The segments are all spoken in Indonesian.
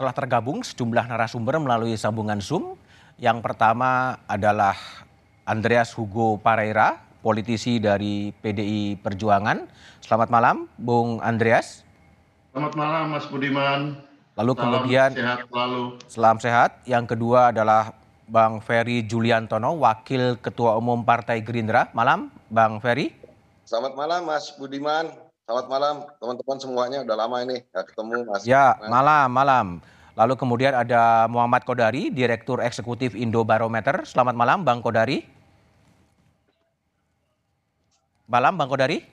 Telah tergabung sejumlah narasumber melalui sambungan Zoom. Yang pertama adalah Andreas Hugo Pareira, politisi dari PDI Perjuangan. Selamat malam, Bung Andreas. Selamat malam, Mas Budiman. Lalu Salam kemudian, sehat selalu. salam sehat. Yang kedua adalah Bang Ferry Juliantono, Wakil Ketua Umum Partai Gerindra. Malam, Bang Ferry. Selamat malam, Mas Budiman. Selamat malam, teman-teman semuanya. Udah lama ini nggak ketemu, Mas. Ya, malam. Lalu kemudian ada Muhammad Kodari, Direktur Eksekutif Indobarometer. Selamat malam, Bang Kodari. Malam, Bang Kodari.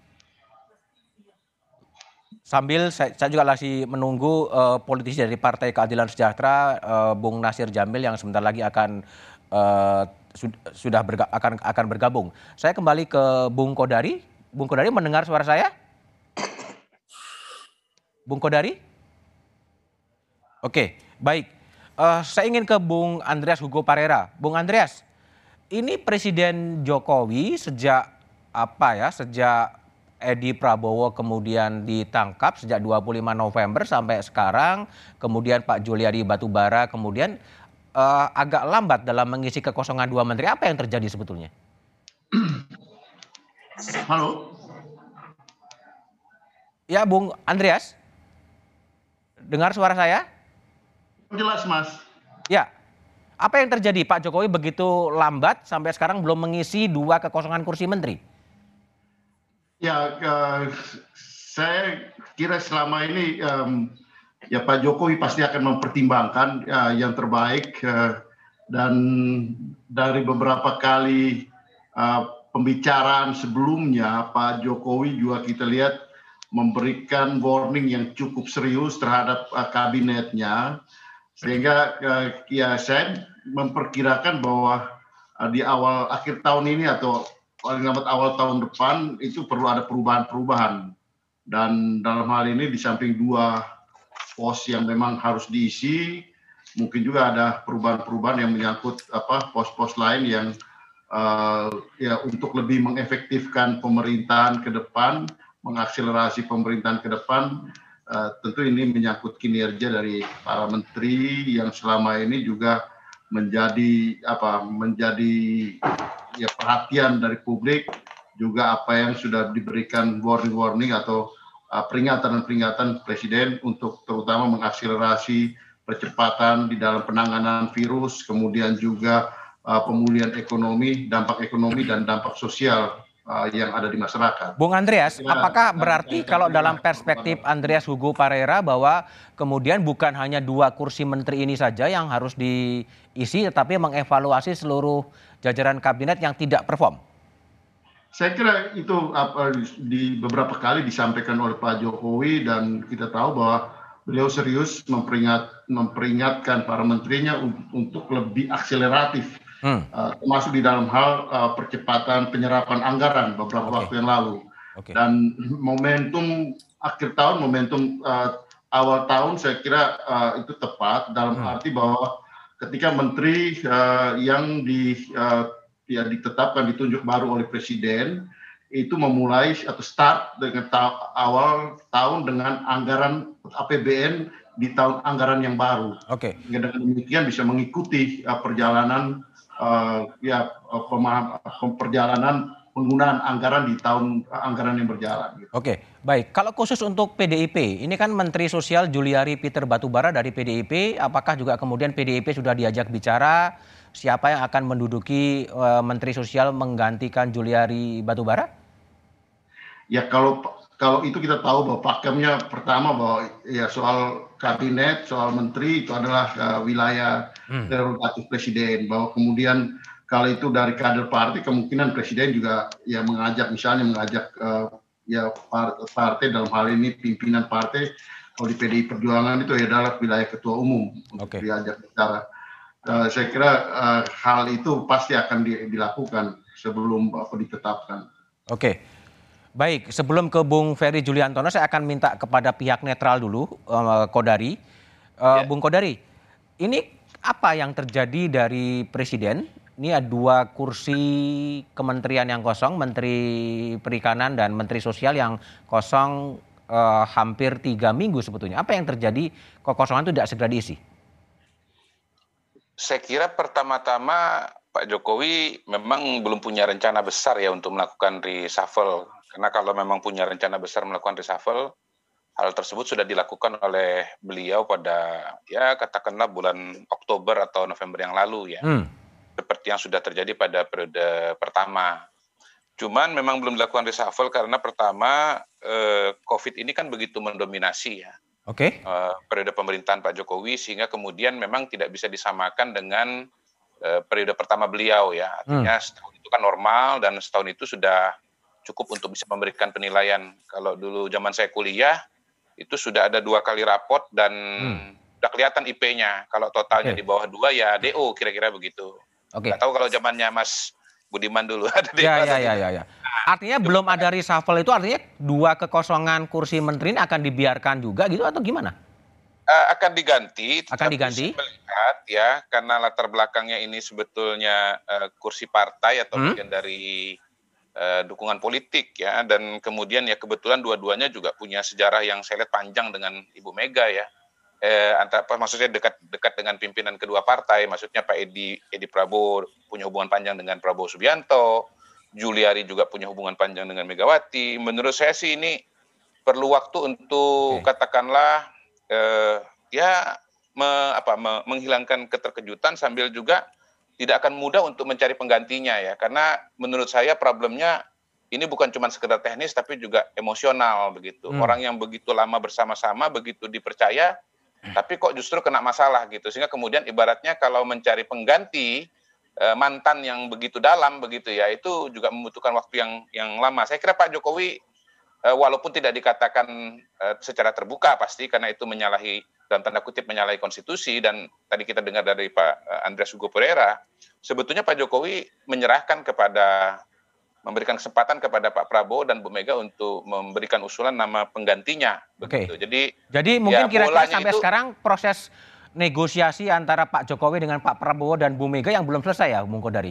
Sambil saya juga masih menunggu politisi dari Partai Keadilan Sejahtera, Bung Nasir Jamil yang sebentar lagi akan akan bergabung. Saya kembali ke Bung Kodari. Bung Kodari mendengar suara saya? Bung Kodari? Oke, baik. Saya ingin ke Bung Andreas Hugo Pareira. Bung Andreas, ini Presiden Jokowi sejak sejak Edi Prabowo kemudian ditangkap sejak 25 November sampai sekarang, kemudian Pak Juliari Batubara kemudian agak lambat dalam mengisi kekosongan dua menteri. Apa yang terjadi sebetulnya? Halo. Ya, Bung Andreas. Dengar suara saya? Jelas, Mas. Ya. Apa yang terjadi? Pak Jokowi begitu lambat sampai sekarang belum mengisi dua kekosongan kursi menteri? Ya, saya kira selama ini ya Pak Jokowi pasti akan mempertimbangkan yang terbaik dan dari beberapa kali pembicaraan sebelumnya Pak Jokowi juga kita lihat memberikan warning yang cukup serius terhadap kabinetnya, sehingga ya saya memperkirakan bahwa di akhir tahun ini atau paling lambat awal tahun depan itu perlu ada perubahan-perubahan. Dan dalam hal ini di samping dua pos yang memang harus diisi, mungkin juga ada perubahan-perubahan yang menyangkut pos-pos lain yang ya untuk lebih mengefektifkan pemerintahan ke depan, mengakselerasi pemerintahan ke depan. Tentu ini menyangkut kinerja dari para menteri yang selama ini juga menjadi ya perhatian dari publik, juga apa yang sudah diberikan warning atau peringatan Presiden untuk terutama mengakselerasi percepatan di dalam penanganan virus, kemudian juga pemulihan ekonomi, dampak ekonomi dan dampak sosial yang ada di masyarakat. Bung Andreas, apakah berarti kalau dalam perspektif Andreas Hugo Pareira bahwa kemudian bukan hanya dua kursi menteri ini saja yang harus diisi, tetapi mengevaluasi seluruh jajaran kabinet yang tidak perform? Saya kira itu di beberapa kali disampaikan oleh Pak Jokowi, dan kita tahu bahwa beliau serius memperingatkan para menterinya untuk lebih akseleratif. Termasuk di dalam hal percepatan penyerapan anggaran beberapa waktu yang lalu. Dan momentum akhir tahun, momentum awal tahun saya kira itu tepat dalam arti bahwa ketika menteri yang ditetapkan, ditunjuk baru oleh Presiden, itu memulai atau start dengan awal tahun dengan anggaran APBN di tahun anggaran yang baru. Dengan demikian bisa mengikuti perjalanan perjalanan penggunaan anggaran di tahun anggaran yang berjalan. Baik. Kalau khusus untuk PDIP, ini kan Menteri Sosial Juliari Peter Batubara dari PDIP, apakah juga kemudian PDIP sudah diajak bicara siapa yang akan menduduki Menteri Sosial menggantikan Juliari Batubara? Ya, kalau itu kita tahu bahwa pakemnya pertama bahwa ya soal kabinet, soal menteri itu adalah wilayah prerogatif Presiden, bahwa kemudian kalau itu dari kader partai kemungkinan Presiden juga ya mengajak partai, dalam hal ini pimpinan partai. Kalau di PDI Perjuangan itu adalah wilayah ketua umum untuk diajak bicara. Saya kira hal itu pasti akan dilakukan sebelum ditetapkan. Baik, sebelum ke Bung Ferry Juliantono, saya akan minta kepada pihak netral dulu, Kodari. Bung Kodari, ini apa yang terjadi dari Presiden? Ini ada dua kursi kementerian yang kosong, Menteri Perikanan dan Menteri Sosial yang kosong hampir 3 minggu sebetulnya. Apa yang terjadi kekosongan itu tidak segera diisi? Saya kira pertama-tama Pak Jokowi memang belum punya rencana besar ya untuk melakukan reshuffle. Karena kalau memang punya rencana besar melakukan reshuffle, hal tersebut sudah dilakukan oleh beliau pada ya katakanlah bulan Oktober atau November yang lalu ya. Seperti yang sudah terjadi pada periode pertama. Cuman memang belum dilakukan reshuffle karena pertama COVID ini kan begitu mendominasi ya. Periode pemerintahan Pak Jokowi sehingga kemudian memang tidak bisa disamakan dengan periode pertama beliau ya. Artinya setahun itu kan normal dan setahun itu sudah cukup untuk bisa memberikan penilaian. Kalau dulu zaman saya kuliah itu sudah ada 2 kali rapot dan udah kelihatan IP-nya. Kalau totalnya di bawah 2 ya DO kira-kira begitu. Nggak tahu kalau zamannya Mas Budiman dulu ada DO. Ya. Artinya belum ada reshuffle itu artinya 2 kekosongan kursi menteri ini akan dibiarkan juga gitu atau gimana? Akan diganti. Akan diganti? Saya melihat ya karena latar belakangnya ini sebetulnya kursi partai atau bagian dari dukungan politik ya dan kemudian ya kebetulan dua-duanya juga punya sejarah yang saya lihat panjang dengan Ibu Mega ya. Maksudnya dekat dengan pimpinan kedua partai, maksudnya Pak Edi Prabowo punya hubungan panjang dengan Prabowo Subianto, Juliari juga punya hubungan panjang dengan Megawati. Menurut saya sih ini perlu waktu untuk katakanlah menghilangkan keterkejutan sambil juga tidak akan mudah untuk mencari penggantinya ya. Karena menurut saya problemnya ini bukan cuma sekedar teknis tapi juga emosional begitu. Orang yang begitu lama bersama-sama, begitu dipercaya, tapi kok justru kena masalah gitu. Sehingga kemudian ibaratnya kalau mencari pengganti mantan yang begitu dalam begitu ya, itu juga membutuhkan waktu yang lama. Saya kira Pak Jokowi walaupun tidak dikatakan secara terbuka pasti karena itu menyalahi dalam tanda kutip menyalahi konstitusi dan tadi kita dengar dari Pak Andreas Hugo Pereira, sebetulnya Pak Jokowi memberikan kesempatan kepada Pak Prabowo dan Bu Mega untuk memberikan usulan nama penggantinya begitu. Jadi mungkin kira-kira sampai sekarang proses negosiasi antara Pak Jokowi dengan Pak Prabowo dan Bu Mega yang belum selesai ya, Bung Kodari?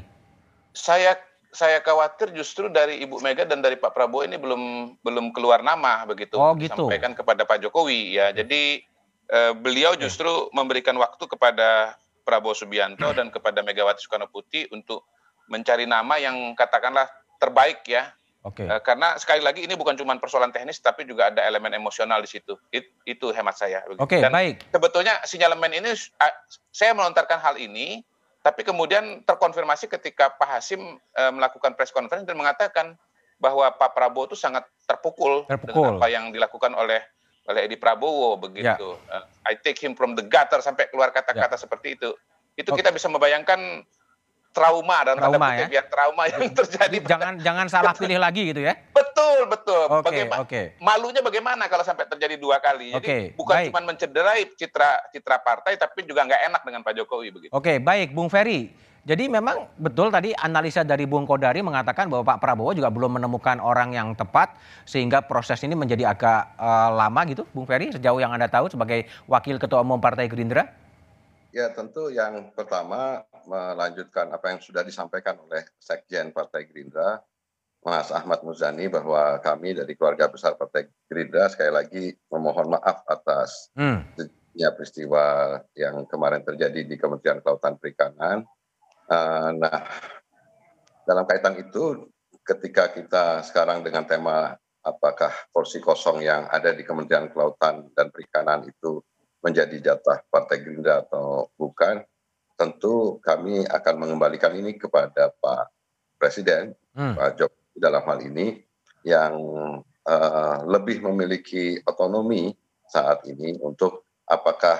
Saya khawatir justru dari Ibu Mega dan dari Pak Prabowo ini belum keluar nama begitu disampaikan kepada Pak Jokowi ya. Jadi beliau justru memberikan waktu kepada Prabowo Subianto dan kepada Megawati Soekarno Putri untuk mencari nama yang katakanlah terbaik ya. Karena sekali lagi ini bukan cuma persoalan teknis tapi juga ada elemen emosional di situ. Itu hemat saya. Dan sebetulnya sinyalemen ini saya melontarkan hal ini tapi kemudian terkonfirmasi ketika Pak Hasim melakukan press conference dan mengatakan bahwa Pak Prabowo itu sangat terpukul dengan apa yang dilakukan oleh Edi Prabowo begitu. I take him from the gutter sampai keluar kata-kata seperti itu. Itu kita bisa membayangkan trauma dan trauma yang terjadi. Jangan salah pilih lagi gitu ya. Betul. Malunya bagaimana kalau sampai terjadi 2 kali. Jadi bukan cuma mencederai citra partai tapi juga nggak enak dengan Pak Jokowi begitu. Baik Bung Ferry. Jadi memang betul tadi analisa dari Bung Kodari mengatakan bahwa Pak Prabowo juga belum menemukan orang yang tepat sehingga proses ini menjadi agak lama gitu, Bung Ferry, sejauh yang Anda tahu sebagai Wakil Ketua Umum Partai Gerindra. Ya tentu yang pertama melanjutkan apa yang sudah disampaikan oleh Sekjen Partai Gerindra, Mas Ahmad Muzani, bahwa kami dari keluarga besar Partai Gerindra sekali lagi memohon maaf atas peristiwa yang kemarin terjadi di Kementerian Kelautan Perikanan. Nah, dalam kaitan itu ketika kita sekarang dengan tema apakah porsi kosong yang ada di Kementerian Kelautan dan Perikanan itu menjadi jatah Partai Gerindra atau bukan, tentu kami akan mengembalikan ini kepada Pak Presiden, Pak Jokowi dalam hal ini, yang lebih memiliki otonomi saat ini untuk apakah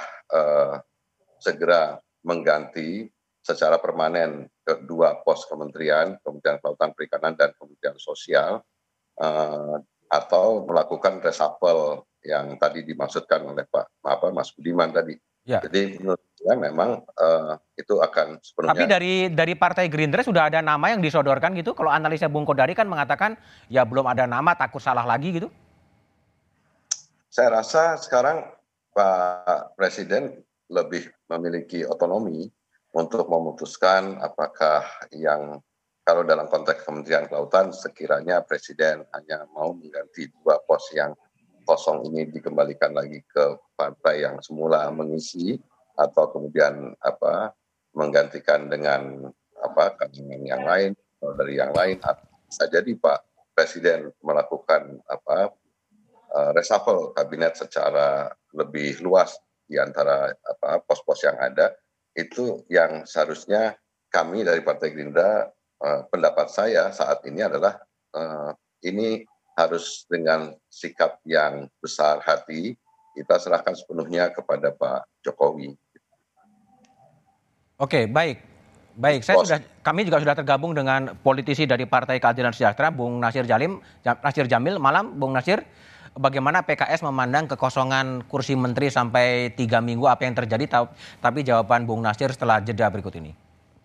segera mengganti secara permanen kedua pos kementerian, Kementerian Kelautan Perikanan dan Kementerian Sosial, atau melakukan reshuffle yang tadi dimaksudkan oleh Mas Budiman tadi. Jadi menurut saya memang itu akan sepenuhnya. Tapi dari Partai Gerindra sudah ada nama yang disodorkan gitu? Kalau analisa Bung Kodari kan mengatakan ya belum ada nama, takut salah lagi gitu. Saya rasa sekarang Pak Presiden lebih memiliki otonomi untuk memutuskan apakah yang kalau dalam konteks Kementerian Kelautan sekiranya Presiden hanya mau mengganti 2 pos yang kosong ini dikembalikan lagi ke partai yang semula mengisi atau kemudian menggantikan dengan kabinet yang lain atau dari yang lain. Bisa jadi Pak Presiden melakukan reshuffle kabinet secara lebih luas di antara pos-pos yang ada. Itu yang seharusnya kami dari Partai Gerindra, pendapat saya saat ini adalah ini harus dengan sikap yang besar hati kita serahkan sepenuhnya kepada Pak Jokowi. Oke, baik. Kami juga sudah tergabung dengan politisi dari Partai Keadilan Sejahtera, Bung Nasir Jamil. Malam, Bung Nasir. Bagaimana PKS memandang kekosongan kursi menteri sampai 3 minggu, apa yang terjadi? Tapi jawaban Bung Nasir setelah jeda berikut ini.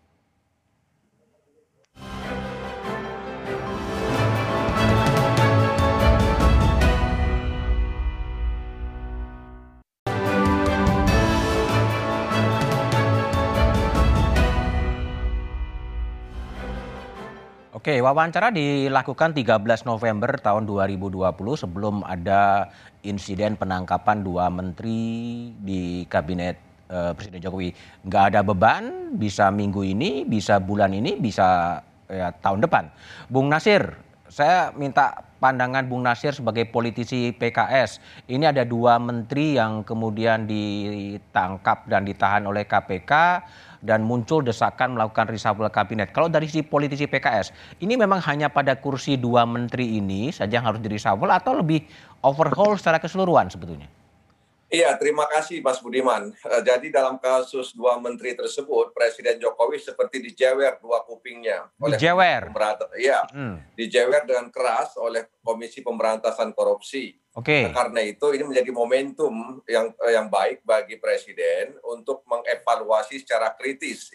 Oke, wawancara dilakukan 13 November tahun 2020 sebelum ada insiden penangkapan 2 menteri di kabinet Presiden Jokowi. Nggak ada beban, bisa minggu ini, bisa bulan ini, bisa tahun depan. Bung Nasir, saya minta pandangan Bung Nasir sebagai politisi PKS. Ini ada 2 menteri yang kemudian ditangkap dan ditahan oleh KPK dan muncul desakan melakukan reshuffle kabinet. Kalau dari sisi politisi PKS, ini memang hanya pada kursi 2 menteri ini saja yang harus di-reshuffle atau lebih overhaul secara keseluruhan sebetulnya? Iya, terima kasih Mas Budiman. Jadi dalam kasus 2 menteri tersebut, Presiden Jokowi seperti dijewer 2 kupingnya. Dijewer? Iya, dijewer dengan keras oleh Komisi Pemberantasan Korupsi. Oke. Karena itu ini menjadi momentum yang baik bagi Presiden untuk mengevaluasi secara kritis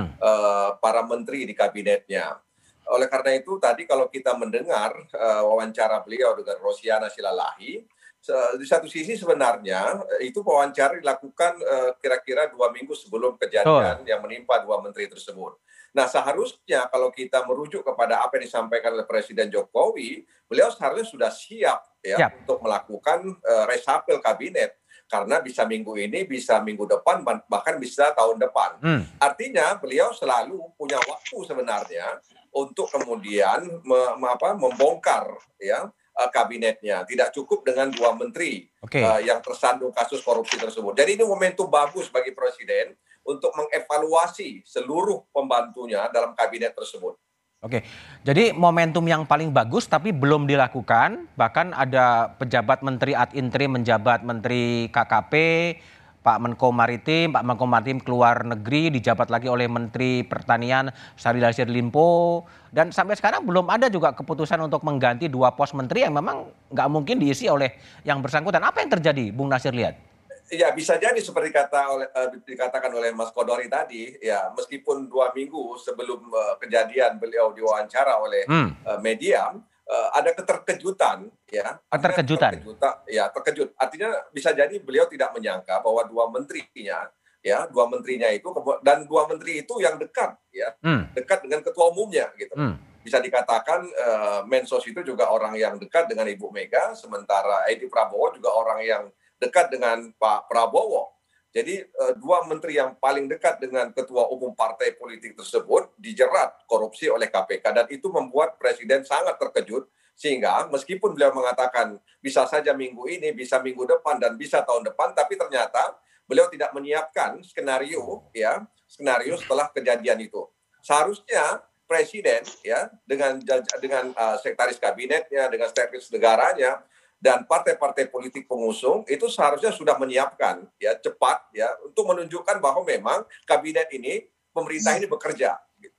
para menteri di kabinetnya. Oleh karena itu tadi kalau kita mendengar wawancara beliau dengan Rosiana Silalahi, di satu sisi sebenarnya itu wawancara dilakukan kira-kira 2 minggu sebelum kejadian yang menimpa 2 menteri tersebut. Nah, seharusnya kalau kita merujuk kepada apa yang disampaikan oleh Presiden Jokowi, beliau seharusnya sudah siap untuk melakukan reshuffle kabinet. Karena bisa minggu ini, bisa minggu depan, bahkan bisa tahun depan. Artinya beliau selalu punya waktu sebenarnya untuk kemudian membongkar kabinetnya. Tidak cukup dengan 2 menteri yang tersandung kasus korupsi tersebut. Jadi ini momentum bagus bagi Presiden untuk mengevaluasi seluruh pembantunya dalam kabinet tersebut. Oke, jadi momentum yang paling bagus tapi belum dilakukan. Bahkan ada pejabat menteri ad interim menjabat menteri KKP, Pak Menko Maritim keluar negeri dijabat lagi oleh Menteri Pertanian Syahrul Yassin Limpo. Dan sampai sekarang belum ada juga keputusan untuk mengganti 2 pos menteri yang memang nggak mungkin diisi oleh yang bersangkutan. Apa yang terjadi, Bung Nasir lihat? Ya, bisa jadi seperti dikatakan oleh Mas Kodori tadi, ya meskipun 2 minggu sebelum kejadian beliau diwawancara oleh media, ada keterkejutan, ya. Terkejut. Artinya bisa jadi beliau tidak menyangka bahwa 2 menterinya itu dan 2 menteri itu yang dekat, dekat dengan ketua umumnya, gitu. Bisa dikatakan Mensos itu juga orang yang dekat dengan Ibu Mega, sementara Edi Prabowo juga orang yang dekat dengan Pak Prabowo. Jadi 2 menteri yang paling dekat dengan ketua umum partai politik tersebut dijerat korupsi oleh KPK dan itu membuat Presiden sangat terkejut sehingga meskipun beliau mengatakan bisa saja minggu ini, bisa minggu depan dan bisa tahun depan, tapi ternyata beliau tidak menyiapkan skenario setelah kejadian itu. Seharusnya Presiden dengan sekretaris kabinetnya, dengan sekretaris negaranya dan partai-partai politik pengusung itu seharusnya sudah menyiapkan cepat untuk menunjukkan bahwa memang kabinet ini, pemerintah ini bekerja.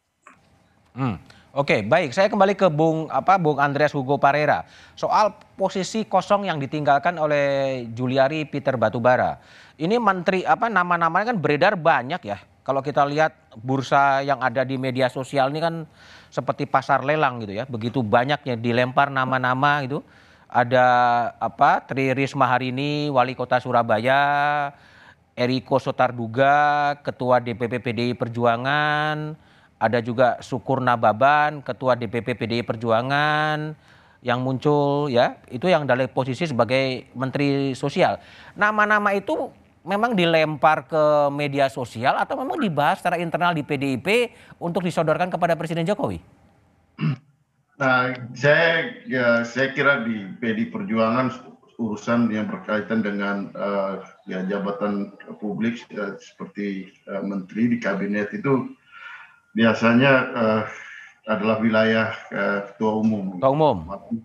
Oke, baik. Saya kembali ke Bung Andreas Hugo Parera. Soal posisi kosong yang ditinggalkan oleh Juliari Peter Batubara. Ini menteri nama-namanya kan beredar banyak ya. Kalau kita lihat bursa yang ada di media sosial ini kan seperti pasar lelang gitu ya. Begitu banyaknya dilempar nama-nama gitu. Ada Tri Risma hari ini, Wali Kota Surabaya, Eriko Sotarduga, Ketua DPP PDI Perjuangan, ada juga Syukur Nababan, Ketua DPP PDI Perjuangan, yang muncul ya, itu yang dari posisi sebagai Menteri Sosial. Nama-nama itu memang dilempar ke media sosial atau memang dibahas secara internal di PDIP untuk disodorkan kepada Presiden Jokowi? Nah, saya kira di PD Perjuangan urusan yang berkaitan dengan ya jabatan publik seperti menteri di kabinet itu biasanya adalah wilayah ketua umum. Ketua umum.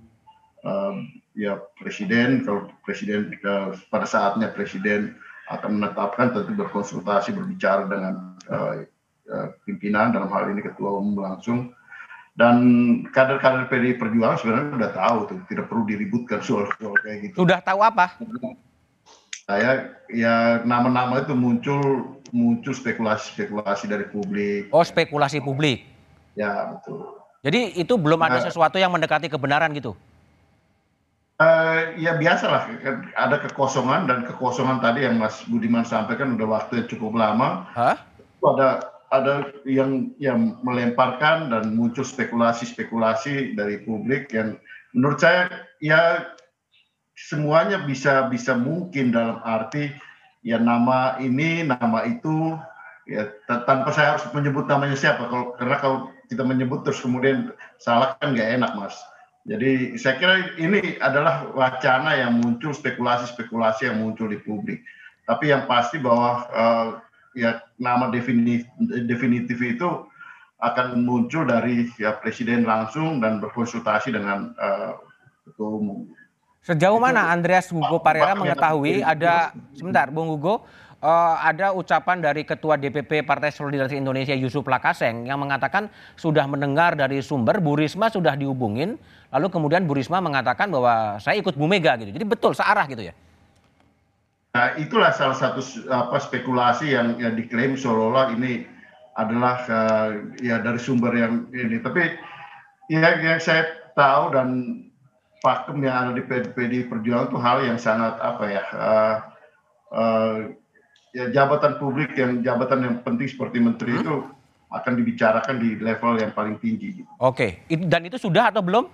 Ya presiden, kalau presiden pada saatnya presiden akan menetapkan, tentu berkonsultasi berbicara dengan pimpinan, dalam hal ini ketua umum langsung. Dan kader-kader PDI Perjuangan sebenarnya sudah tahu tuh, tidak perlu diributkan soal kayak gitu. Sudah tahu apa? Saya ya nama-nama itu muncul spekulasi dari publik. Oh, spekulasi publik. Ya betul. Jadi itu belum ada sesuatu yang mendekati kebenaran gitu? Ya biasalah, ada kekosongan, dan kekosongan tadi yang Mas Budiman sampaikan udah waktu yang cukup lama. Itu ada yang melemparkan dan muncul spekulasi dari publik yang menurut saya ya semuanya bisa mungkin, dalam arti ya nama ini, nama itu, ya tanpa saya harus menyebut namanya siapa, karena kalau kita menyebut terus kemudian salah kan nggak enak, Mas. Jadi saya kira ini adalah wacana yang muncul, spekulasi yang muncul di publik. Tapi yang pasti bahwa ya nama definitif itu akan muncul dari ya presiden langsung dan berkonsultasi dengan ketua umum. Sejauh mana Andreas Hugo Parera mengetahui ada, sebentar Bung Hugo, ada ucapan dari Ketua DPP Partai Solidaritas Indonesia Yusuf Lakaseng yang mengatakan sudah mendengar dari sumber Bu Risma sudah dihubungin, lalu kemudian Bu Risma mengatakan bahwa saya ikut Bu Mega gitu. Jadi betul searah gitu ya? Nah, itulah salah satu spekulasi yang diklaim seolah-olah ini adalah ya dari sumber yang ini. Tapi ya yang saya tahu dan pakem yang ada di PD Perjuangan itu hal yang sangat ya jabatan publik, jabatan yang penting seperti menteri itu akan dibicarakan di level yang paling tinggi. Oke, dan itu sudah atau belum?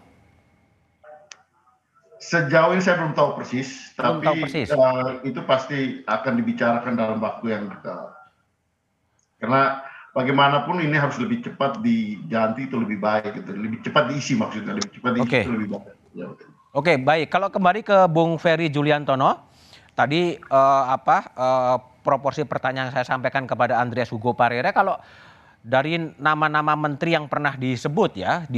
Sejauh ini saya belum tahu persis, tapi itu pasti akan dibicarakan dalam waktu yang dekat. Karena bagaimanapun ini harus lebih cepat diganti, itu lebih baik, gitu. Lebih cepat diisi maksudnya, lebih cepat diisi itu lebih baik. Ya, Oke, baik. Kalau kembali ke Bung Ferry Juliantono, tadi proporsi pertanyaan saya sampaikan kepada Andreas Hugo Parera, kalau dari nama-nama menteri yang pernah disebut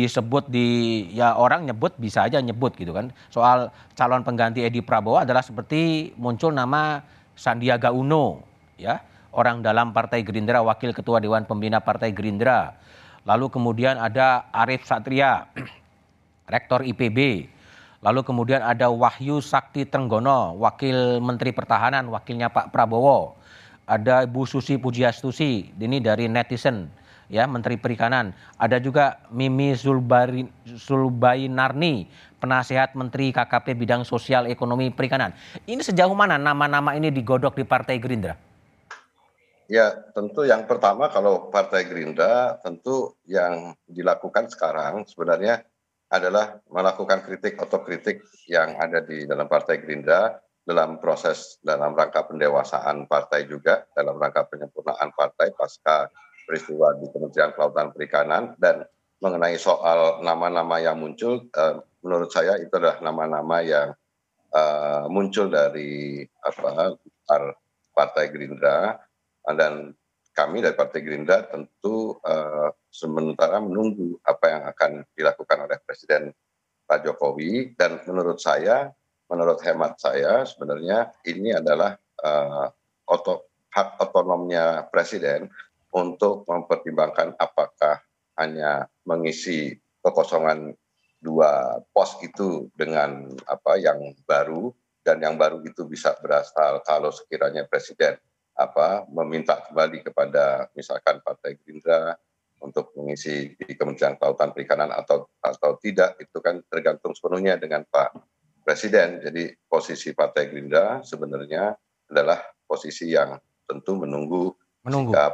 orang nyebut bisa aja nyebut gitu kan. Soal calon pengganti Edi Prabowo adalah seperti muncul nama Sandiaga Uno, ya, orang dalam Partai Gerindra, wakil ketua Dewan Pembina Partai Gerindra. Lalu kemudian ada Arief Satria, rektor IPB. Lalu kemudian ada Wahyu Sakti Trenggono, wakil Menteri Pertahanan, wakilnya Pak Prabowo. Ada Ibu Susi Pujiastuti, ini dari netizen, ya, Menteri Perikanan. Ada juga Mimi Zulbainarni, penasehat Menteri KKP bidang sosial ekonomi perikanan. Ini sejauh mana nama-nama ini digodok di Partai Gerindra? Ya, tentu yang pertama kalau Partai Gerindra tentu yang dilakukan sekarang sebenarnya adalah melakukan otokritik yang ada di dalam Partai Gerindra dalam rangka pendewasaan partai juga, dalam rangka penyempurnaan partai pasca peristiwa di Kementerian Kelautan Perikanan. Dan mengenai soal nama-nama yang muncul, menurut saya itu adalah nama-nama yang muncul dari Partai Gerindra, dan kami dari Partai Gerindra tentu sementara menunggu apa yang akan dilakukan oleh Presiden Pak Jokowi. Dan menurut hemat saya sebenarnya ini adalah hak otonomnya Presiden untuk mempertimbangkan apakah hanya mengisi kekosongan 2 pos itu dengan yang baru, dan yang baru itu bisa berasal kalau sekiranya Presiden meminta kembali kepada misalkan Partai Gerindra untuk mengisi di Kementerian Kelautan Perikanan atau tidak, itu kan tergantung sepenuhnya dengan Pak Presiden. Jadi posisi Partai Gerindra sebenarnya adalah posisi yang tentu menunggu sikap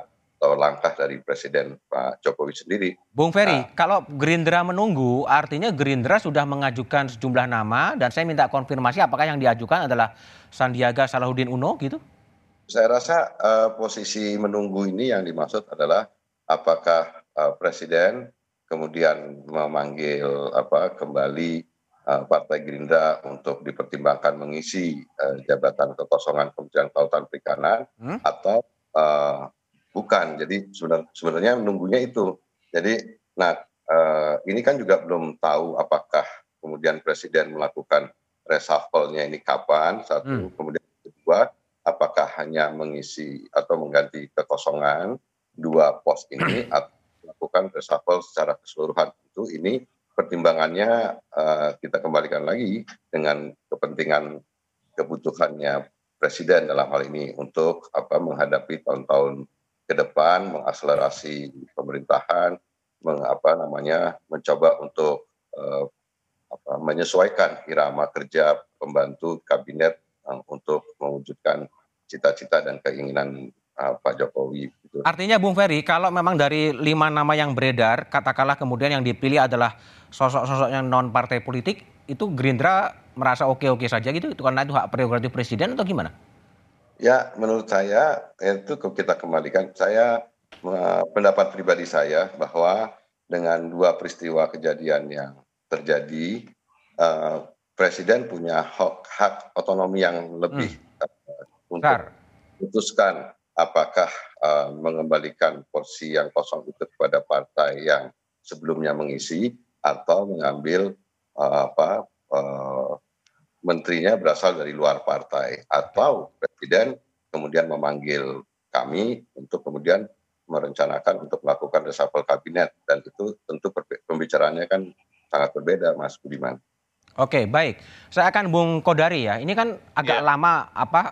atau langkah dari Presiden Pak Jokowi sendiri. Bung Ferry, kalau Gerindra menunggu, artinya Gerindra sudah mengajukan sejumlah nama dan saya minta konfirmasi apakah yang diajukan adalah Sandiaga Salahuddin Uno gitu? Saya rasa posisi menunggu ini yang dimaksud adalah apakah Presiden kemudian memanggil kembali Partai Gerindra untuk dipertimbangkan mengisi jabatan kekosongan Kementerian Kelautan Perikanan atau bukan. Jadi sebenarnya menunggunya itu. Jadi, ini kan juga belum tahu apakah kemudian Presiden melakukan reshuffle-nya ini kapan, satu. Kemudian kedua, apakah hanya mengisi atau mengganti kekosongan dua pos ini atau melakukan reshuffle secara keseluruhan. Itu ini pertimbangannya kita kembalikan lagi dengan kepentingan kebutuhannya Presiden dalam hal ini untuk menghadapi tahun-tahun ke depan, mengakselerasi pemerintahan, mencoba untuk menyesuaikan irama kerja pembantu kabinet untuk mewujudkan cita-cita dan keinginan Pak Jokowi. Artinya Bung Ferry, kalau memang dari 5 nama yang beredar, katakanlah kemudian yang dipilih adalah sosok-sosok yang non partai politik, itu Gerindra merasa oke-oke saja gitu? Itu karena itu hak prerogatif Presiden atau gimana? Ya, menurut saya itu kita kembalikan. Pendapat pribadi saya bahwa dengan dua peristiwa kejadian yang terjadi, Presiden punya hak otonomi yang lebih untuk memutuskan apakah mengembalikan porsi yang kosong itu kepada partai yang sebelumnya mengisi atau mengambil menterinya berasal dari luar partai, atau Presiden kemudian memanggil kami untuk kemudian merencanakan untuk melakukan reshuffle kabinet, dan itu tentu pembicaraannya kan sangat berbeda, Mas Budiman. Oke, baik. Saya akan Bung Kodari ya. Ini kan agak lama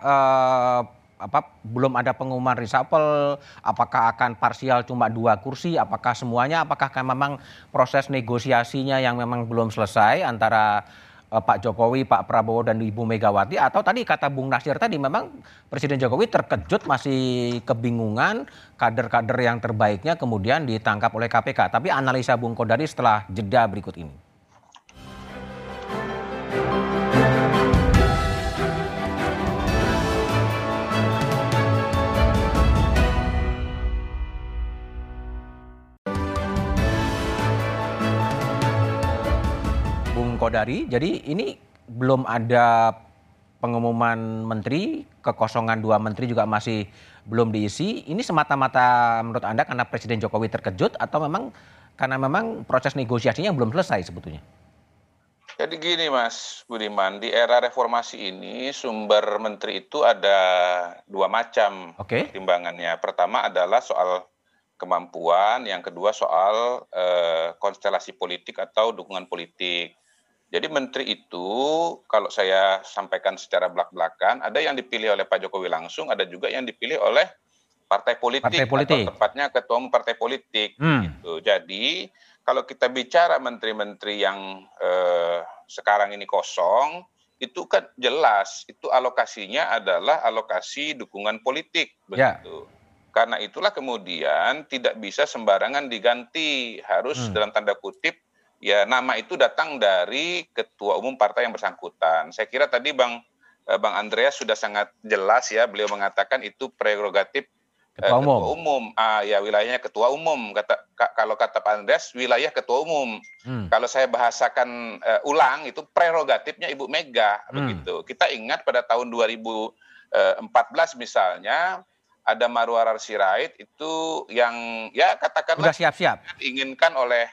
belum ada pengumuman reshuffle, apakah akan parsial cuma 2 kursi, apakah semuanya, apakah memang proses negosiasinya yang memang belum selesai antara Pak Jokowi, Pak Prabowo dan Ibu Megawati, atau tadi kata Bung Nasir tadi memang Presiden Jokowi terkejut, masih kebingungan, kader-kader yang terbaiknya kemudian ditangkap oleh KPK. Tapi analisa Bung Kodari setelah jeda berikut ini. Kodari, jadi ini belum ada pengumuman menteri, kekosongan 2 menteri juga masih belum diisi. Ini semata-mata menurut Anda karena Presiden Jokowi terkejut atau memang karena memang proses negosiasinya belum selesai sebetulnya? Jadi gini Mas Budiman, di era reformasi ini sumber menteri itu ada 2 macam pertimbangannya. Pertama adalah soal kemampuan, yang kedua soal konstelasi politik atau dukungan politik. Jadi menteri itu kalau saya sampaikan secara belak-belakan, ada yang dipilih oleh Pak Jokowi langsung, ada juga yang dipilih oleh partai politik. Atau tepatnya ketua umum partai politik. Gitu. Jadi kalau kita bicara menteri-menteri yang sekarang ini kosong, itu kan jelas itu alokasinya adalah alokasi dukungan politik. Begitu. Karena itulah kemudian tidak bisa sembarangan diganti, harus dalam tanda kutip ya nama itu datang dari ketua umum partai yang bersangkutan. Saya kira tadi Bang Andreas sudah sangat jelas ya, beliau mengatakan itu prerogatif ketua umum. Ya wilayahnya ketua umum. Kalau kata Pak Andreas wilayah ketua umum. Kalau saya bahasakan ulang itu prerogatifnya Ibu Mega begitu. Kita ingat pada tahun 2014 misalnya ada Marwarar Sirait itu yang ya katakanlah sudah siap-siap diinginkan oleh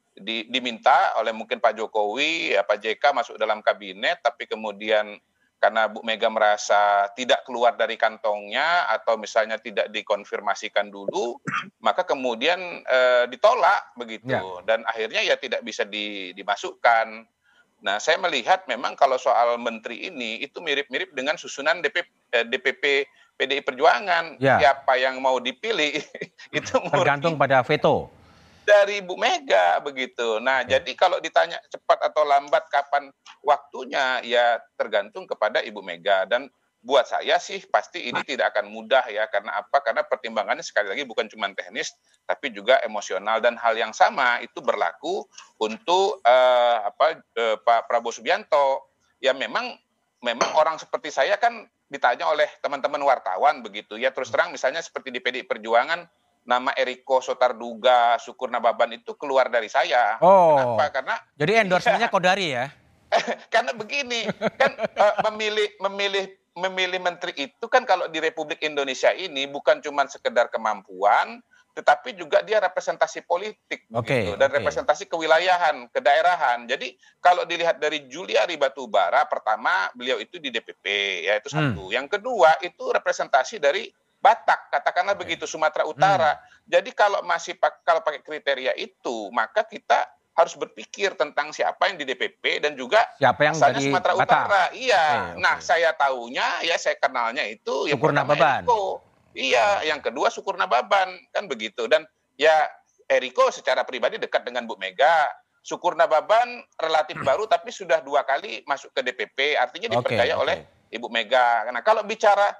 diminta oleh mungkin Pak Jokowi, ya Pak JK masuk dalam kabinet, tapi kemudian karena Bu Mega merasa tidak keluar dari kantongnya atau misalnya tidak dikonfirmasikan dulu, maka kemudian ditolak begitu, dan akhirnya ya tidak bisa dimasukkan. Nah, saya melihat memang kalau soal menteri ini itu mirip-mirip dengan susunan DPP PDI Perjuangan, siapa yang mau dipilih itu tergantung pada veto dari Bu Mega begitu. Nah, jadi kalau ditanya cepat atau lambat kapan waktunya, ya tergantung kepada Ibu Mega. Dan buat saya sih pasti ini tidak akan mudah ya. Karena apa? Karena pertimbangannya sekali lagi bukan cuma teknis, tapi juga emosional. Dan hal yang sama itu berlaku untuk Pak Prabowo Subianto. Ya memang orang seperti saya kan ditanya oleh teman-teman wartawan begitu ya. Terus terang misalnya seperti di PDI Perjuangan, nama Eriko Sotarduga, Syukur Nababan itu keluar dari saya. Oh, kenapa? Karena jadi endorsementnya Kodari ya? karena begini, kan memilih menteri itu kan kalau di Republik Indonesia ini bukan cuma sekedar kemampuan, tetapi juga dia representasi politik gitu, dan representasi kewilayahan, kedaerahan. Jadi kalau dilihat dari Juliari Batubara, pertama beliau itu di DPP, ya itu satu. Yang kedua itu representasi dari Batak, katakanlah begitu, Sumatera Utara. Jadi kalau kalau pakai kriteria itu, maka kita harus berpikir tentang siapa yang di DPP dan juga siapa yang asalnya Sumatera Batak. Utara. Iya. Nah, saya tahunya ya saya kenalnya itu Syukur Nababan. Eriko. Iya, yang kedua Syukur Nababan, kan begitu. Dan ya Eriko secara pribadi dekat dengan Bu Mega. Syukur Nababan relatif baru tapi sudah 2 kali masuk ke DPP, artinya dipercaya oleh Ibu Mega. Nah, kalau bicara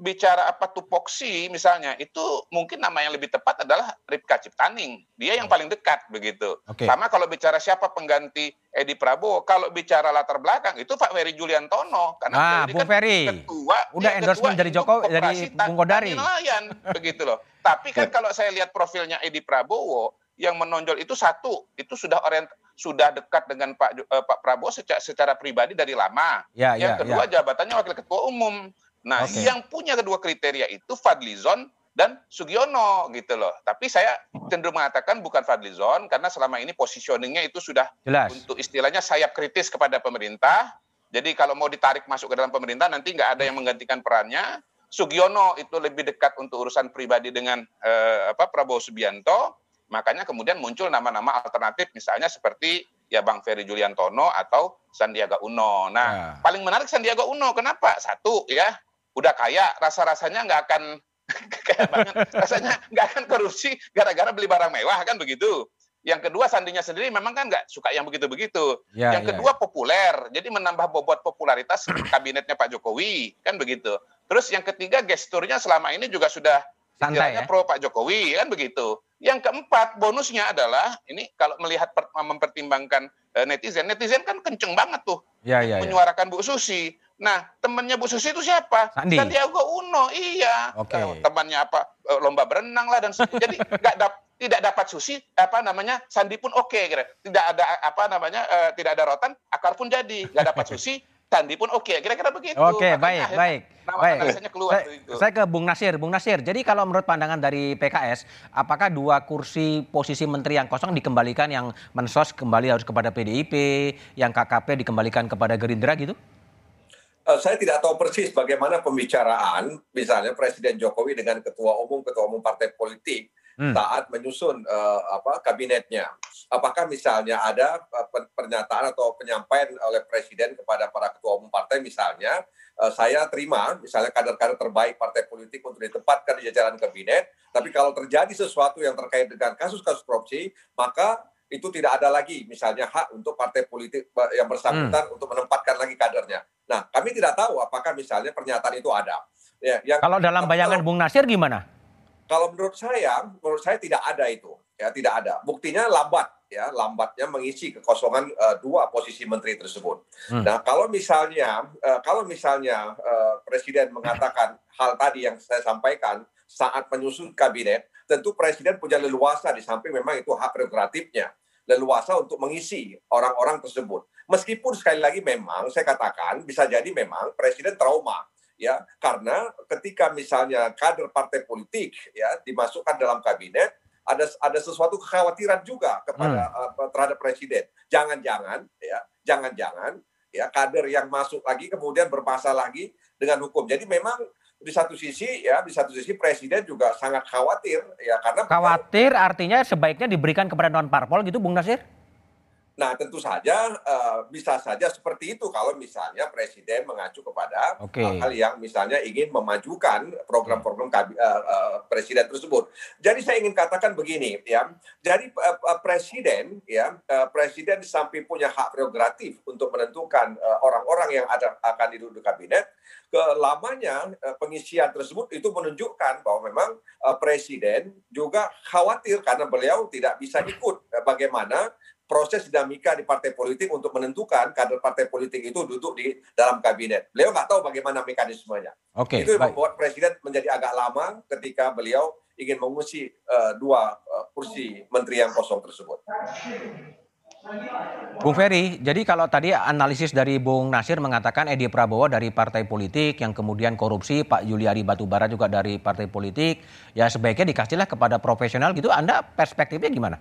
tupoksi misalnya, itu mungkin nama yang lebih tepat adalah Ripka Ciptaning. Dia yang paling dekat begitu. Sama kalau bicara siapa pengganti Edi Prabowo, kalau bicara latar belakang itu Pak Ferry Juliantono, karena Bung Ferry ketua udah endorsement dari Jokowi, dari Bung Kodari. Nelayan begitu loh. Tapi kan kalau saya lihat profilnya Edi Prabowo, yang menonjol itu satu, itu sudah dekat dengan Pak Prabowo secara pribadi dari lama. Yang kedua jabatannya wakil ketua umum. Nah, yang punya kedua kriteria itu Fadlizon dan Sugiono gitu loh. Tapi saya cenderung mengatakan bukan Fadlizon karena selama ini positioningnya itu sudah jelas. Untuk istilahnya sayap kritis kepada pemerintah. Jadi kalau mau ditarik masuk ke dalam pemerintah nanti nggak ada yang menggantikan perannya. Sugiono itu lebih dekat untuk urusan pribadi dengan Prabowo Subianto. Makanya kemudian muncul nama-nama alternatif misalnya seperti ya Bang Ferry Juliantono atau Sandiaga Uno. Nah, paling menarik Sandiaga Uno. Kenapa? Satu ya, udah kaya, rasanya nggak akan kaya banget, rasanya nggak akan korupsi gara-gara beli barang mewah kan begitu. Yang kedua Sandinya sendiri memang kan nggak suka yang begitu-begitu. Yang kedua populer, jadi menambah bobot popularitas kabinetnya Pak Jokowi kan begitu. Terus yang ketiga gesturnya selama ini juga sudah istilahnya pro Pak Jokowi kan begitu. Yang keempat bonusnya adalah ini kalau melihat mempertimbangkan netizen kan kenceng banget tuh menyuarakan Bu Susi. Nah, temannya Bu Susi itu siapa? Sandiaga Uno, iya. Temannya lomba berenang lah dan jadi tidak dapat Susi Sandi pun kira. Tidak ada tidak ada rotan, akar pun jadi. Nggak dapat Susi, Sandi pun kira-kira begitu. Baik. Saya ke Bung Nasir. Jadi kalau menurut pandangan dari PKS, apakah 2 kursi posisi menteri yang kosong dikembalikan, yang Mensos kembali harus kepada PDIP, yang KKP dikembalikan kepada Gerindra gitu? Saya tidak tahu persis bagaimana pembicaraan misalnya Presiden Jokowi dengan ketua umum partai politik saat menyusun kabinetnya. Apakah misalnya ada pernyataan atau penyampaian oleh Presiden kepada para ketua umum partai misalnya, saya terima misalnya kader-kader terbaik partai politik untuk ditempatkan di jajaran kabinet, tapi kalau terjadi sesuatu yang terkait dengan kasus-kasus korupsi, maka itu tidak ada lagi misalnya hak untuk partai politik yang bersangkutan untuk menempatkan lagi kadernya. Nah, kami tidak tahu apakah misalnya pernyataan itu ada. Kalau dalam bayangan Bung Nasir gimana? Kalau menurut saya tidak ada itu. Ya, tidak ada. Buktinya lambatnya mengisi kekosongan 2 posisi menteri tersebut. Nah, kalau misalnya Presiden mengatakan hal tadi yang saya sampaikan saat menyusun kabinet, tentu Presiden punya leluasa di samping memang itu hak prerogatifnya. Leluasa untuk mengisi orang-orang tersebut. Meskipun sekali lagi memang saya katakan bisa jadi memang Presiden trauma ya, karena ketika misalnya kader partai politik ya dimasukkan dalam kabinet ada sesuatu kekhawatiran juga kepada terhadap Presiden. Jangan-jangan ya kader yang masuk lagi kemudian bermasalah lagi dengan hukum. Jadi memang di satu sisi Presiden juga sangat khawatir ya, karena khawatir artinya sebaiknya diberikan kepada non parpol gitu Bung Nasir? Nah, tentu saja bisa saja seperti itu kalau misalnya Presiden mengacu kepada hal yang misalnya ingin memajukan program-program Presiden tersebut. Jadi saya ingin katakan begini, ya. Jadi Presiden, ya, Presiden di samping punya hak prerogatif untuk menentukan orang-orang yang akan duduk di kabinet, lamanya pengisian tersebut itu menunjukkan bahwa memang Presiden juga khawatir karena beliau tidak bisa ikut bagaimana proses dinamika di partai politik untuk menentukan kader partai politik itu duduk di dalam kabinet. Beliau nggak tahu bagaimana mekanismenya. Itu yang membuat Presiden menjadi agak lama ketika beliau ingin mengusir 2 kursi menteri yang kosong tersebut. Bung Ferry, jadi kalau tadi analisis dari Bung Nasir mengatakan Edi Prabowo dari partai politik yang kemudian korupsi, Pak Juliari Batubara juga dari partai politik, ya sebaiknya dikasihlah kepada profesional gitu. Anda perspektifnya gimana?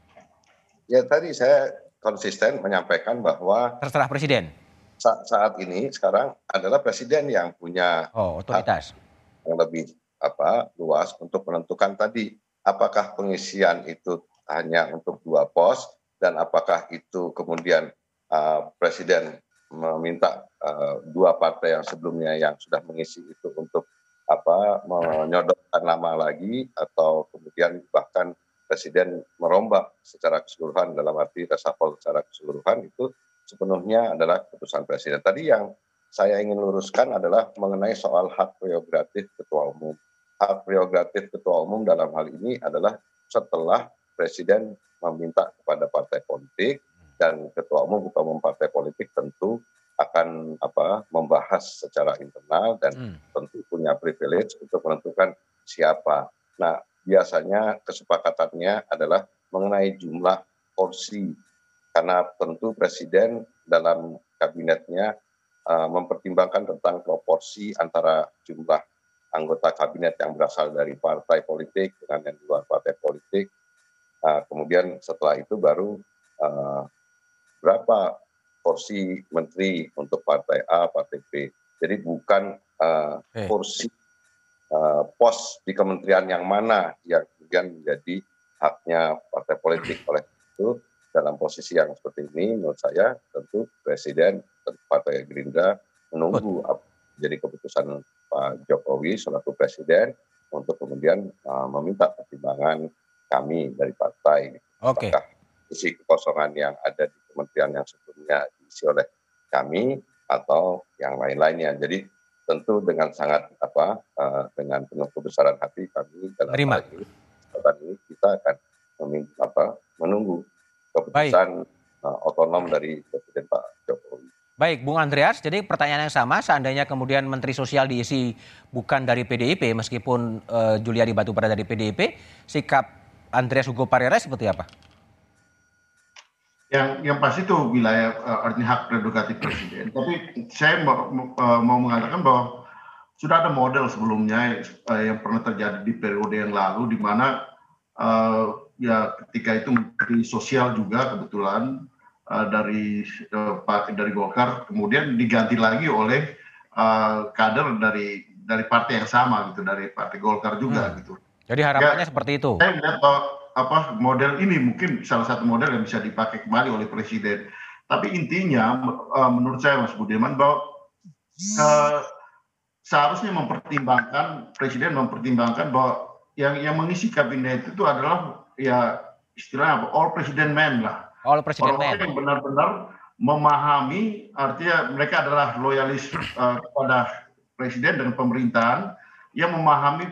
Ya tadi saya konsisten menyampaikan bahwa terserah Presiden. Saat ini sekarang adalah Presiden yang punya otoritas yang lebih luas untuk menentukan tadi apakah pengisian itu hanya untuk 2 pos dan apakah itu kemudian Presiden meminta 2 partai yang sebelumnya yang sudah mengisi itu untuk menyodorkan nama lagi atau kemudian bahkan Presiden merombak secara keseluruhan dalam arti reshuffle secara keseluruhan itu sepenuhnya adalah keputusan Presiden. Tadi yang saya ingin luruskan adalah mengenai soal hak prerogatif Ketua Umum. Hak prerogatif Ketua Umum dalam hal ini adalah setelah Presiden meminta kepada partai politik dan Ketua Umum partai politik tentu akan membahas secara internal dan tentu punya privilege untuk menentukan siapa. Nah, biasanya kesepakatannya adalah mengenai jumlah porsi karena tentu Presiden dalam kabinetnya mempertimbangkan tentang proporsi antara jumlah anggota kabinet yang berasal dari partai politik dengan yang di luar partai politik. Kemudian setelah itu baru berapa porsi menteri untuk partai A, partai B. Jadi bukan porsi pos di kementerian yang mana yang kemudian menjadi haknya partai politik. Oleh itu dalam posisi yang seperti ini menurut saya tentu Presiden dan Partai Gerindra menunggu jadi keputusan Pak Jokowi selaku Presiden untuk kemudian meminta pertimbangan kami dari partai. Apakah isi kekosongan yang ada di kementerian yang sebelumnya diisi oleh kami atau yang lain-lainnya. Jadi tentu dengan sangat dengan penuh kebesaran hati kami dalam hal ini kita akan menunggu keputusan otonom dari Presiden Pak Jokowi. Baik, Bung Andreas, jadi pertanyaan yang sama, seandainya kemudian Menteri Sosial diisi bukan dari PDIP, meskipun Juliari Batubara dari PDIP, sikap Andreas Hugo Parera seperti apa? Yang pasti itu wilayah artinya hak prerogatif Presiden. Tapi saya mau mengatakan bahwa sudah ada model sebelumnya yang pernah terjadi di periode yang lalu, di mana ya ketika itu Menteri Sosial juga kebetulan dari Golkar, kemudian diganti lagi oleh kader dari partai yang sama gitu, dari Partai Golkar juga gitu. Jadi harapannya seperti itu. Saya melihat model ini mungkin salah satu model yang bisa dipakai kembali oleh Presiden. Tapi intinya menurut saya Mas Budiman bahwa seharusnya Presiden mempertimbangkan bahwa yang mengisi kabinet itu adalah ya istilahnya all president man lah. All president man. Orang yang benar-benar memahami, artinya mereka adalah loyalis kepada Presiden dan pemerintahan yang memahami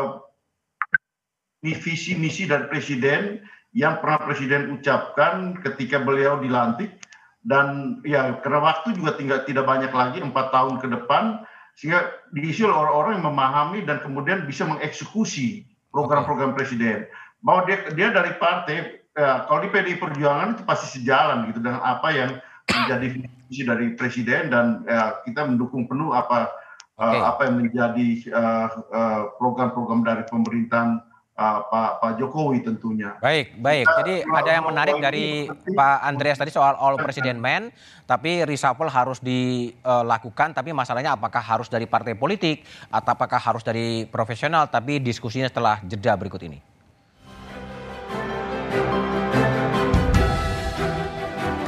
visi misi dari Presiden yang pernah Presiden ucapkan ketika beliau dilantik, dan ya karena waktu juga tidak banyak lagi 4 tahun ke depan, sehingga diisi oleh orang-orang yang memahami dan kemudian bisa mengeksekusi program-program Presiden. Bahwa dia dari partai, kalau di PDI Perjuangan itu pasti sejalan gitu dengan apa yang menjadi visi dari Presiden, dan kita mendukung penuh apa yang menjadi program-program dari pemerintahan Pak Jokowi tentunya. Baik. Jadi ada yang menarik dari Pak Andreas tadi soal all president man, tapi reshuffle harus dilakukan, tapi masalahnya apakah harus dari partai politik atau apakah harus dari profesional, tapi diskusinya setelah jeda berikut ini.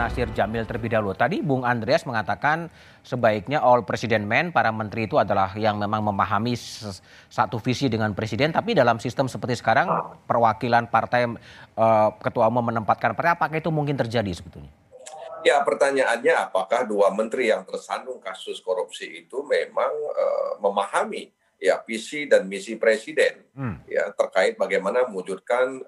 Nasir Jamil terlebih dahulu. Tadi Bung Andreas mengatakan sebaiknya all president men, para menteri itu adalah yang memang memahami satu visi dengan presiden. Tapi dalam sistem seperti sekarang, perwakilan partai ketua umum menempatkan partai, apakah itu mungkin terjadi sebetulnya? Ya, pertanyaannya apakah dua menteri yang tersandung kasus korupsi itu memang memahami ya visi dan misi presiden ya terkait bagaimana mewujudkan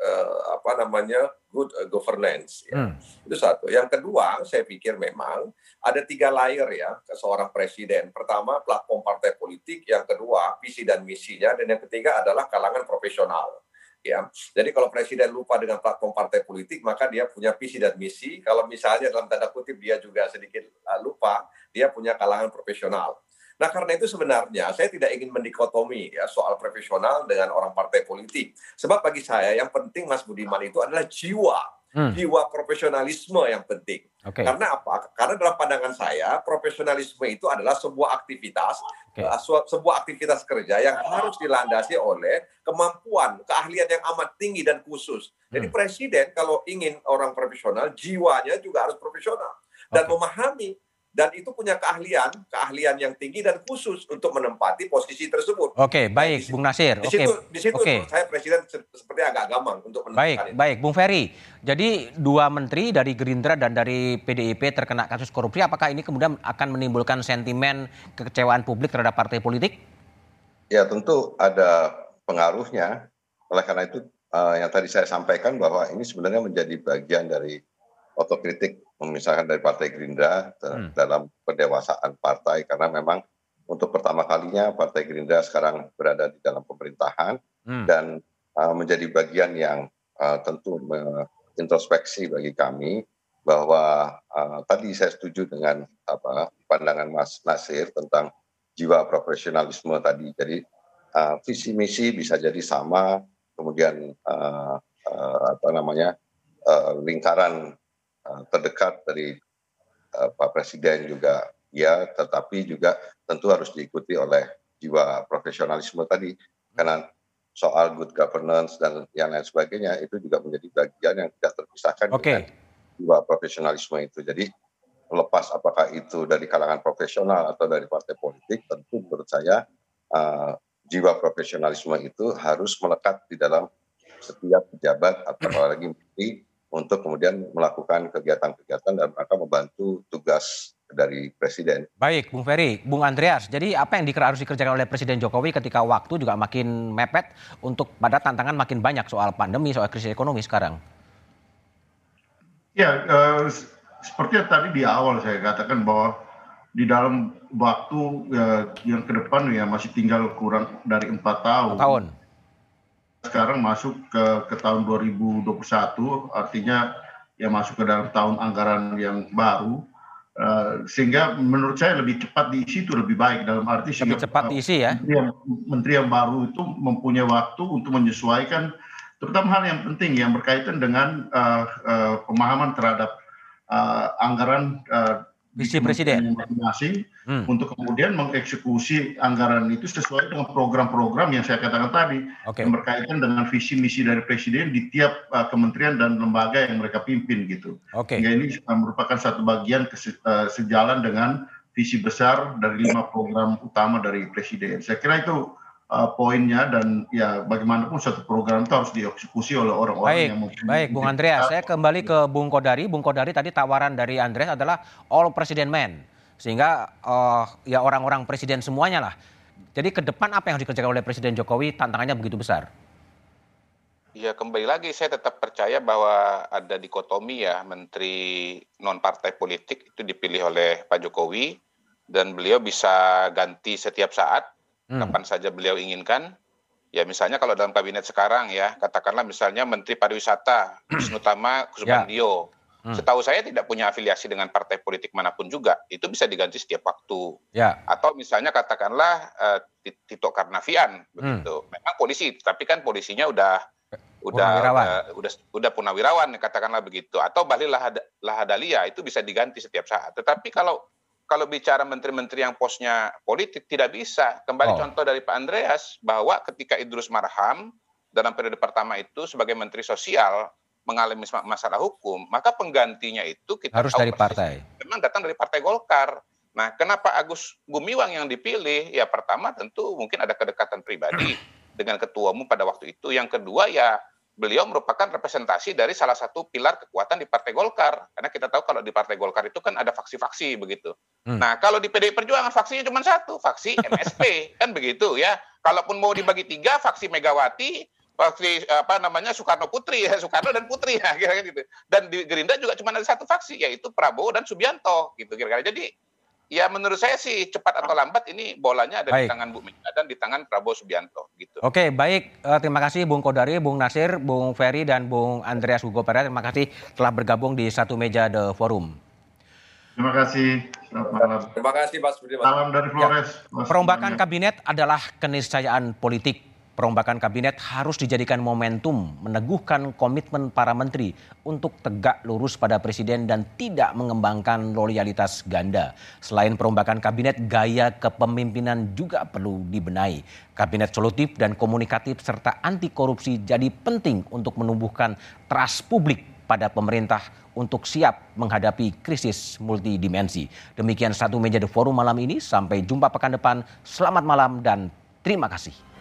good governance ya. Itu satu. Yang kedua, saya pikir memang ada 3 layer ya ke seorang presiden. Pertama, platform partai politik, yang kedua visi dan misinya, dan yang ketiga adalah kalangan profesional. Ya, jadi kalau presiden lupa dengan platform partai politik, maka dia punya visi dan misi. Kalau misalnya dalam tanda kutip dia juga sedikit lupa, dia punya kalangan profesional. Nah, karena itu sebenarnya saya tidak ingin mendikotomi ya soal profesional dengan orang partai politik. Sebab bagi saya yang penting, Mas Budiman, itu adalah jiwa profesionalisme yang penting. Okay. Karena apa? Karena dalam pandangan saya, profesionalisme itu adalah sebuah aktivitas, sebuah aktivitas kerja yang harus dilandasi oleh kemampuan, keahlian yang amat tinggi dan khusus. Jadi presiden kalau ingin orang profesional, jiwanya juga harus profesional dan memahami. Dan itu punya keahlian yang tinggi dan khusus untuk menempati posisi tersebut. Oke, baik, Bung Nasir. Di situ saya presiden seperti agak gampang untuk menentukan. Baik, Bung Ferry. Jadi 2 menteri dari Gerindra dan dari PDIP terkena kasus korupsi, apakah ini kemudian akan menimbulkan sentimen kekecewaan publik terhadap partai politik? Ya, tentu ada pengaruhnya. Oleh karena itu yang tadi saya sampaikan bahwa ini sebenarnya menjadi bagian dari otokritik, misalkan dari Partai Gerindra dalam pendewasaan partai, karena memang untuk pertama kalinya Partai Gerindra sekarang berada di dalam pemerintahan dan menjadi bagian yang tentu introspeksi bagi kami bahwa tadi saya setuju dengan pandangan Mas Nasir tentang jiwa profesionalisme tadi. Jadi visi misi bisa jadi sama, kemudian lingkaran terdekat dari Pak Presiden juga ya, tetapi juga tentu harus diikuti oleh jiwa profesionalisme tadi, karena soal good governance dan yang lain sebagainya itu juga menjadi bagian yang tidak terpisahkan dengan jiwa profesionalisme itu. Jadi lepas apakah itu dari kalangan profesional atau dari partai politik, tentu menurut saya jiwa profesionalisme itu harus melekat di dalam setiap pejabat atau apalagi menteri untuk kemudian melakukan kegiatan-kegiatan dan mereka membantu tugas dari presiden. Baik, Bung Ferry, Bung Andreas, jadi apa yang harus dikerjakan oleh Presiden Jokowi ketika waktu juga makin mepet untuk pada tantangan makin banyak soal pandemi, soal krisis ekonomi sekarang? Ya, seperti yang tadi di awal saya katakan bahwa di dalam waktu yang ke depan ya masih tinggal kurang dari 4 tahun. Sekarang masuk ke tahun 2021, artinya ya masuk ke dalam tahun anggaran yang baru, sehingga menurut saya lebih cepat diisi itu lebih baik, dalam arti lebih cepat diisi ya. Menteri yang baru itu mempunyai waktu untuk menyesuaikan terutama hal yang penting yang berkaitan dengan pemahaman terhadap anggaran visi presiden masing-masing untuk kemudian mengeksekusi anggaran itu sesuai dengan program-program yang saya katakan tadi yang berkaitan dengan visi misi dari presiden di tiap kementerian dan lembaga yang mereka pimpin gitu. Sehingga ini merupakan satu bagian sejalan dengan visi besar dari 5 program utama dari presiden. Saya kira itu poinnya, dan ya bagaimanapun suatu program itu harus dieksekusi oleh orang-orang yang Baik, Bung Andreas, saya kembali ke Bung Kodari. Bung Kodari, tadi tawaran dari Andreas adalah all president men, sehingga ya orang-orang presiden semuanya lah. Jadi ke depan apa yang harus dikerjakan oleh Presiden Jokowi, tantangannya begitu besar? Ya, kembali lagi saya tetap percaya bahwa ada dikotomi ya, menteri non partai politik itu dipilih oleh Pak Jokowi dan beliau bisa ganti setiap saat. Kapan saja beliau inginkan. Ya misalnya kalau dalam kabinet sekarang ya, katakanlah misalnya Menteri Pariwisata Wisnu Tama Kusubandio. Setahu saya tidak punya afiliasi dengan partai politik manapun juga. Itu bisa diganti setiap waktu. Atau misalnya katakanlah Tito Karnavian begitu. Memang polisi, tapi kan polisinya udah purnawirawan katakanlah begitu. Atau Bahlil Lahadalia itu bisa diganti setiap saat. Tetapi kalau bicara menteri-menteri yang posnya politik tidak bisa. Kembali contoh dari Pak Andreas bahwa ketika Idrus Marham dalam periode pertama itu sebagai menteri sosial mengalami masalah hukum, maka penggantinya itu kita harus tahu dari partai. memang datang dari Partai Golkar. Nah, kenapa Agus Gumiwang yang dipilih? Ya pertama tentu mungkin ada kedekatan pribadi dengan ketua umum pada waktu itu. Yang kedua ya beliau merupakan representasi dari salah satu pilar kekuatan di Partai Golkar. Karena kita tahu kalau di Partai Golkar itu kan ada faksi-faksi begitu. Nah, kalau di PDI Perjuangan faksinya cuma satu, faksi MSP kan begitu ya. Kalaupun mau dibagi 3, faksi Megawati, faksi Soekarno Putri ya, Soekarno dan Putri ya kira-kira gitu. Dan di Gerindra juga cuma ada satu faksi yaitu Prabowo dan Subianto gitu kira-kira. Jadi ya menurut saya sih cepat atau lambat ini bolanya ada di tangan Bu Mega dan di tangan Prabowo Subianto gitu. Oke, baik. Terima kasih Bung Kodari, Bung Nasir, Bung Ferry dan Bung Andreas Hugo Pereira. Terima kasih telah bergabung di Satu Meja The Forum. Terima kasih. Selamat malam. Terima kasih Mas Budiman. Salam dari Flores. Ya, perombakan kabinet adalah keniscayaan politik. Perombakan kabinet harus dijadikan momentum meneguhkan komitmen para menteri untuk tegak lurus pada presiden dan tidak mengembangkan loyalitas ganda. Selain perombakan kabinet, gaya kepemimpinan juga perlu dibenahi. Kabinet solutif dan komunikatif serta anti korupsi jadi penting untuk menumbuhkan trust publik pada pemerintah untuk siap menghadapi krisis multidimensi. Demikian Satu Meja The Forum malam ini. Sampai jumpa pekan depan. Selamat malam dan terima kasih.